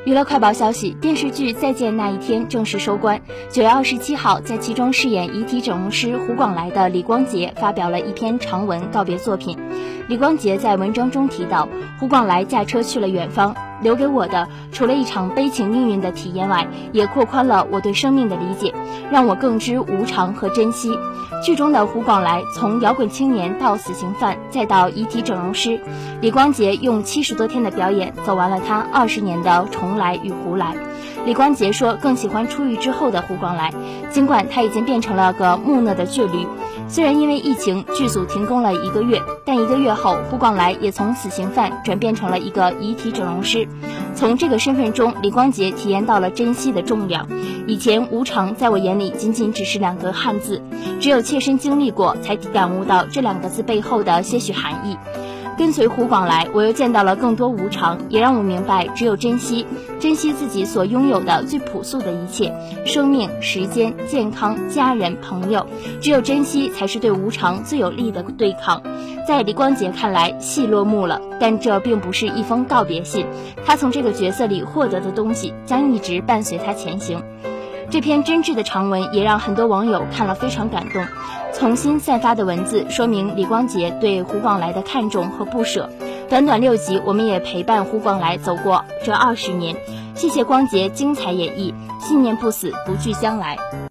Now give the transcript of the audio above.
娱乐快报消息，电视剧《再见那一天》正式收官。9月27号，在其中饰演遗体整容师胡广来的李光洁发表了一篇长文告别作品。李光洁在文章中提到，胡广来驾车去了远方，留给我的除了一场悲情命运的体验外，也扩宽了我对生命的理解，让我更知无常和珍惜。剧中的胡广来从摇滚青年到死刑犯，再到遗体整容师，李光洁用70多天的表演走完了他20年的重来与胡来。李光洁说更喜欢出狱之后的胡广来，尽管他已经变成了个木讷的倔驴。虽然因为疫情剧组停工了1个月，但1个月后胡广来也从死刑犯转变成了一个遗体整容师。从这个身份中，李光洁体验到了珍惜的重量。以前无常在我眼里仅仅只是2个汉字，只有切身经历过才感悟到这2个字背后的些许含义。跟随胡广来，我又见到了更多无常，也让我明白只有珍惜自己所拥有的最朴素的一切，生命、时间、健康、家人、朋友，只有珍惜才是对无常最有力的对抗。在李光洁看来，戏落幕了，但这并不是一封告别信，他从这个角色里获得的东西将一直伴随他前行。这篇真挚的长文也让很多网友看了非常感动。重新散发的文字说明李光洁对胡广来的看重和不舍。短短6集，我们也陪伴胡广来走过这20年。谢谢光洁精彩演绎，信念不死，不惧将来。